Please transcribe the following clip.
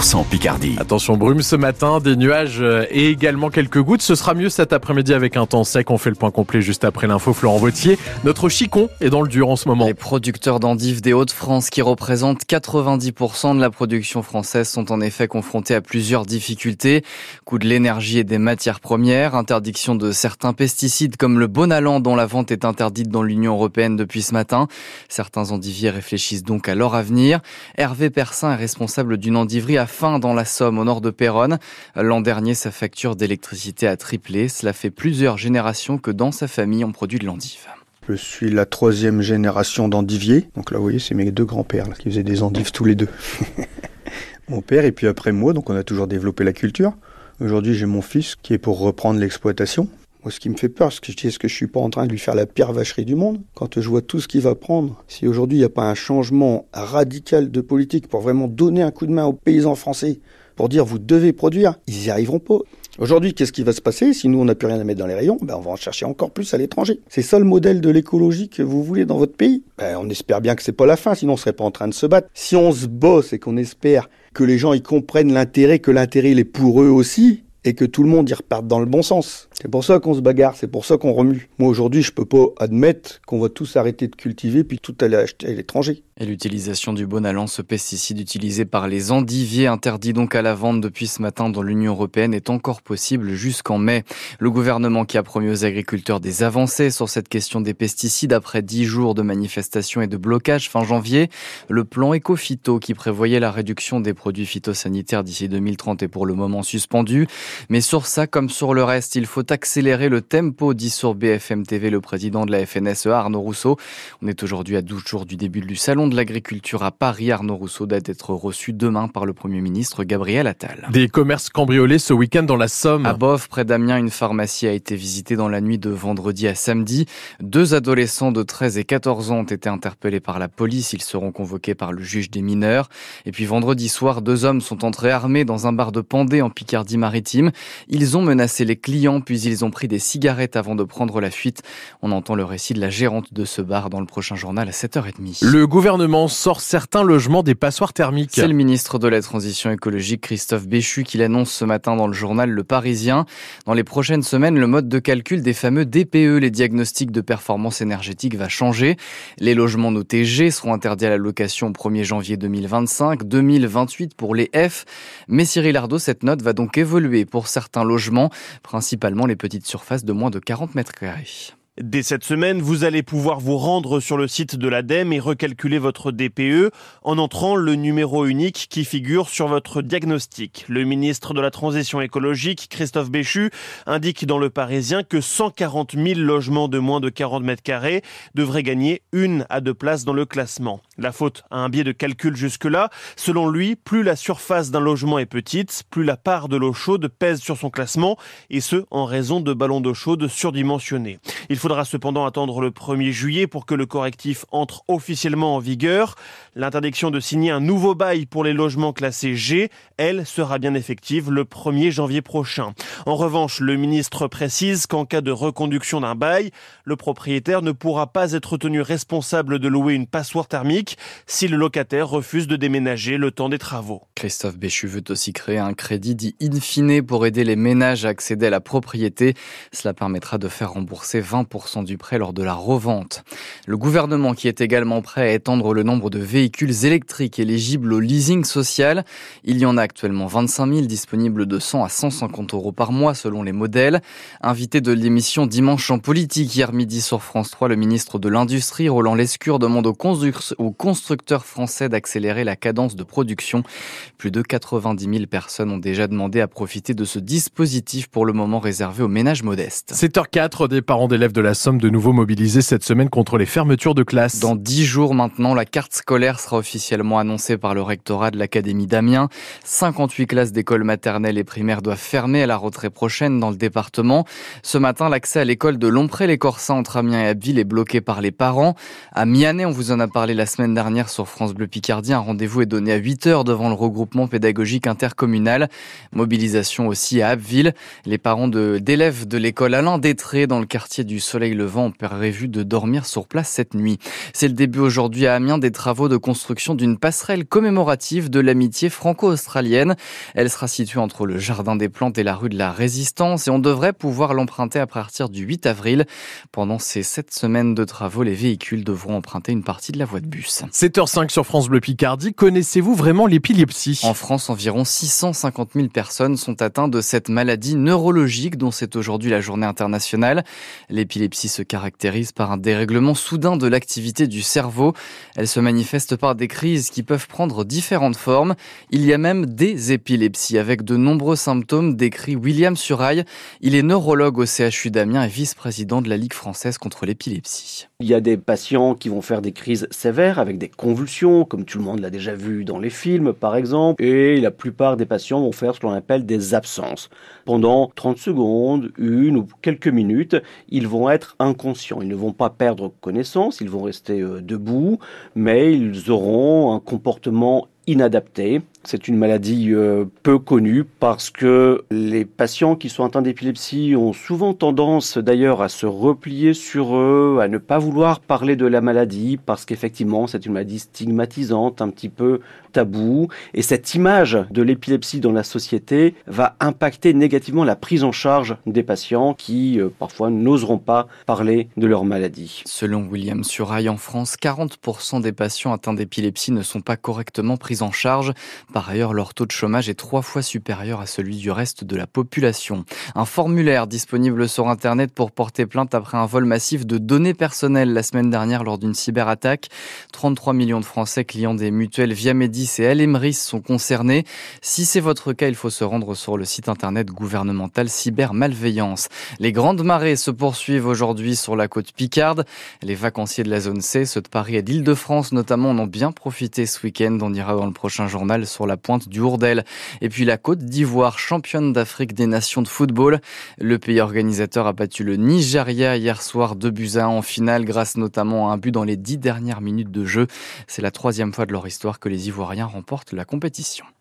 100% Picardie. Attention, brume ce matin, des nuages et également quelques gouttes. Ce sera mieux cet après-midi avec un temps sec. On fait le point complet juste après l'info. Florent Vautier, notre chicon est dans le dur en ce moment. Les producteurs d'endives des Hauts-de-France, qui représentent 90% de la production française, sont en effet confrontés à plusieurs difficultés. Coût de l'énergie et des matières premières, interdiction de certains pesticides comme le Bonalan dont la vente est interdite dans l'Union européenne depuis ce matin. Certains endiviers réfléchissent donc à leur avenir. Hervé Persin est responsable d'une endiverie à Fain dans la Somme, au nord de Péronne. L'an dernier, sa facture d'électricité a triplé. Cela fait plusieurs générations que dans sa famille, on produit de l'endive. Je suis la 3e génération d'endiviers. Donc là, vous voyez, c'est mes 2 grands-pères là, qui faisaient des endives tous les 2. Mon père et puis après moi, donc on a toujours développé la culture. Aujourd'hui, j'ai mon fils qui est pour reprendre l'exploitation. Moi, ce qui me fait peur, c'est que je dis, est-ce que je suis pas en train de lui faire la pire vacherie du monde? Quand je vois tout ce qu'il va prendre, si aujourd'hui il n'y a pas un changement radical de politique pour vraiment donner un coup de main aux paysans français, pour dire vous devez produire, ils n'y arriveront pas. Aujourd'hui, qu'est-ce qui va se passer? Si nous, on n'a plus rien à mettre dans les rayons, on va en chercher encore plus à l'étranger. C'est ça le modèle de l'écologie que vous voulez dans votre pays? On espère bien que c'est pas la fin, sinon on serait pas en train de se battre. Si on se bosse et qu'on espère que les gens y comprennent l'intérêt, que l'intérêt il est pour eux aussi, et que tout le monde y reparte dans le bon sens. C'est pour ça qu'on se bagarre, c'est pour ça qu'on remue. Moi, aujourd'hui, je peux pas admettre qu'on va tous arrêter de cultiver puis tout aller acheter à l'étranger. Et l'utilisation du Bonalan, ce pesticide utilisé par les endiviers, interdit donc à la vente depuis ce matin dans l'Union européenne, est encore possible jusqu'en mai. Le gouvernement qui a promis aux agriculteurs des avancées sur cette question des pesticides après 10 jours de manifestations et de blocages fin janvier. Le plan Éco-Phyto qui prévoyait la réduction des produits phytosanitaires d'ici 2030 est pour le moment suspendu. Mais sur ça, comme sur le reste, il faut accélérer le tempo, dit sur BFM TV le président de la FNSEA, Arnaud Rousseau. On est aujourd'hui à 12 jours du début du salon de l'agriculture à Paris. Arnaud Rousseau doit être reçu demain par le Premier ministre Gabriel Attal. Des commerces cambriolés ce week-end dans la Somme. À Bof, près d'Amiens, une pharmacie a été visitée dans la nuit de vendredi à samedi. 2 adolescents de 13 et 14 ans ont été interpellés par la police. Ils seront convoqués par le juge des mineurs. Et puis vendredi soir, 2 hommes sont entrés armés dans un bar de Pendée en Picardie-Maritime. Ils ont menacé les clients, puis ils ont pris des cigarettes avant de prendre la fuite. On entend le récit de la gérante de ce bar dans le prochain journal à 7h30. Le gouvernement sort certains logements des passoires thermiques. C'est le ministre de la Transition écologique, Christophe Béchu, qui l'annonce ce matin dans le journal Le Parisien. Dans les prochaines semaines, le mode de calcul des fameux DPE, les diagnostics de performance énergétique, va changer. Les logements notés G seront interdits à la location au 1er janvier 2025, 2028 pour les F. Mais Cyril Ardo, cette note va donc évoluer pour certains logements, principalement les petites surfaces de moins de 40 mètres carrés. Dès cette semaine, vous allez pouvoir vous rendre sur le site de l'ADEME et recalculer votre DPE en entrant le numéro unique qui figure sur votre diagnostic. Le ministre de la Transition écologique, Christophe Béchu, indique dans Le Parisien que 140 000 logements de moins de 40 mètres carrés devraient gagner 1 à 2 places dans le classement. La faute a un biais de calcul jusque-là. Selon lui, plus la surface d'un logement est petite, plus la part de l'eau chaude pèse sur son classement, et ce, en raison de ballons d'eau chaude surdimensionnés. Il faudra cependant attendre le 1er juillet pour que le correctif entre officiellement en vigueur. L'interdiction de signer un nouveau bail pour les logements classés G, elle, sera bien effective le 1er janvier prochain. En revanche, le ministre précise qu'en cas de reconduction d'un bail, le propriétaire ne pourra pas être tenu responsable de louer une passoire thermique si le locataire refuse de déménager le temps des travaux. Christophe Béchu veut aussi créer un crédit dit in fine pour aider les ménages à accéder à la propriété. Cela permettra de faire rembourser 20% du prêt lors de la revente. Le gouvernement qui est également prêt à étendre le nombre de véhicules électriques éligibles au leasing social. Il y en a actuellement 25 000 disponibles de 100 à 150 euros par mois selon les modèles. Invité de l'émission Dimanche en politique hier midi sur France 3, le ministre de l'Industrie, Roland Lescure, demande aux constructeurs français d'accélérer la cadence de production. Plus de 90 000 personnes ont déjà demandé à profiter de ce dispositif pour le moment réservé aux ménages modestes. 7h04, des parents d'élèves de la Somme de nouveau mobilisés cette semaine contre les fermetures de classes. Dans 10 jours maintenant, la carte scolaire sera officiellement annoncée par le rectorat de l'Académie d'Amiens. 58 classes d'écoles maternelles et primaires doivent fermer à la rentrée prochaine dans le département. Ce matin, l'accès à l'école de Lompré-les-Corsins entre Amiens et Abbeville est bloqué par les parents. À Mianet, on vous en a parlé la semaine dernière sur France Bleu Picardie. Un rendez-vous est donné à 8h devant le regroupement pédagogique intercommunal. Mobilisation aussi à Abbeville. Les parents d'élèves de l'école Alain Détré dans le quartier du Soleil soleil levant ont prévu de dormir sur place cette nuit. C'est le début aujourd'hui à Amiens des travaux de construction d'une passerelle commémorative de l'amitié franco-australienne. Elle sera située entre le Jardin des Plantes et la rue de la Résistance et on devrait pouvoir l'emprunter à partir du 8 avril. Pendant ces 7 semaines de travaux, les véhicules devront emprunter une partie de la voie de bus. 7h05 sur France Bleu Picardie. Connaissez-vous vraiment l'épilepsie ? En France, environ 650 000 personnes sont atteintes de cette maladie neurologique dont c'est aujourd'hui la journée internationale. L'épilepsie se caractérise par un dérèglement soudain de l'activité du cerveau. Elle se manifeste par des crises qui peuvent prendre différentes formes. Il y a même des épilepsies avec de nombreux symptômes, décrit William Suraille. Il est neurologue au CHU d'Amiens et vice-président de la Ligue française contre l'épilepsie. Il y a des patients qui vont faire des crises sévères avec des convulsions, comme tout le monde l'a déjà vu dans les films par exemple, et la plupart des patients vont faire ce qu'on appelle des absences. Pendant 30 secondes, 1 ou quelques minutes, ils vont être inconscients. Ils ne vont pas perdre connaissance, ils vont rester debout, mais ils auront un comportement inadapté. C'est une maladie peu connue parce que les patients qui sont atteints d'épilepsie ont souvent tendance d'ailleurs à se replier sur eux, à ne pas vouloir parler de la maladie parce qu'effectivement c'est une maladie stigmatisante, un petit peu tabou. Et cette image de l'épilepsie dans la société va impacter négativement la prise en charge des patients qui parfois n'oseront pas parler de leur maladie. Selon William Suraille, en France, 40% des patients atteints d'épilepsie ne sont pas correctement pris en charge. Par ailleurs, leur taux de chômage est 3 fois supérieur à celui du reste de la population. Un formulaire disponible sur Internet pour porter plainte après un vol massif de données personnelles la semaine dernière lors d'une cyberattaque. 33 millions de Français clients des mutuelles Viamedis et Alemris sont concernés. Si c'est votre cas, il faut se rendre sur le site Internet gouvernemental Cybermalveillance. Les grandes marées se poursuivent aujourd'hui sur la côte Picarde. Les vacanciers de la zone C, ceux de Paris et d'Île-de-France notamment, en ont bien profité ce week-end. On ira dans le prochain journal sur la pointe du Hourdel. Et puis la Côte d'Ivoire, championne d'Afrique des nations de football. Le pays organisateur a battu le Nigeria hier soir 2-1 en finale grâce notamment à un but dans les 10 dernières minutes de jeu. C'est la 3e fois de leur histoire que les Ivoiriens remportent la compétition.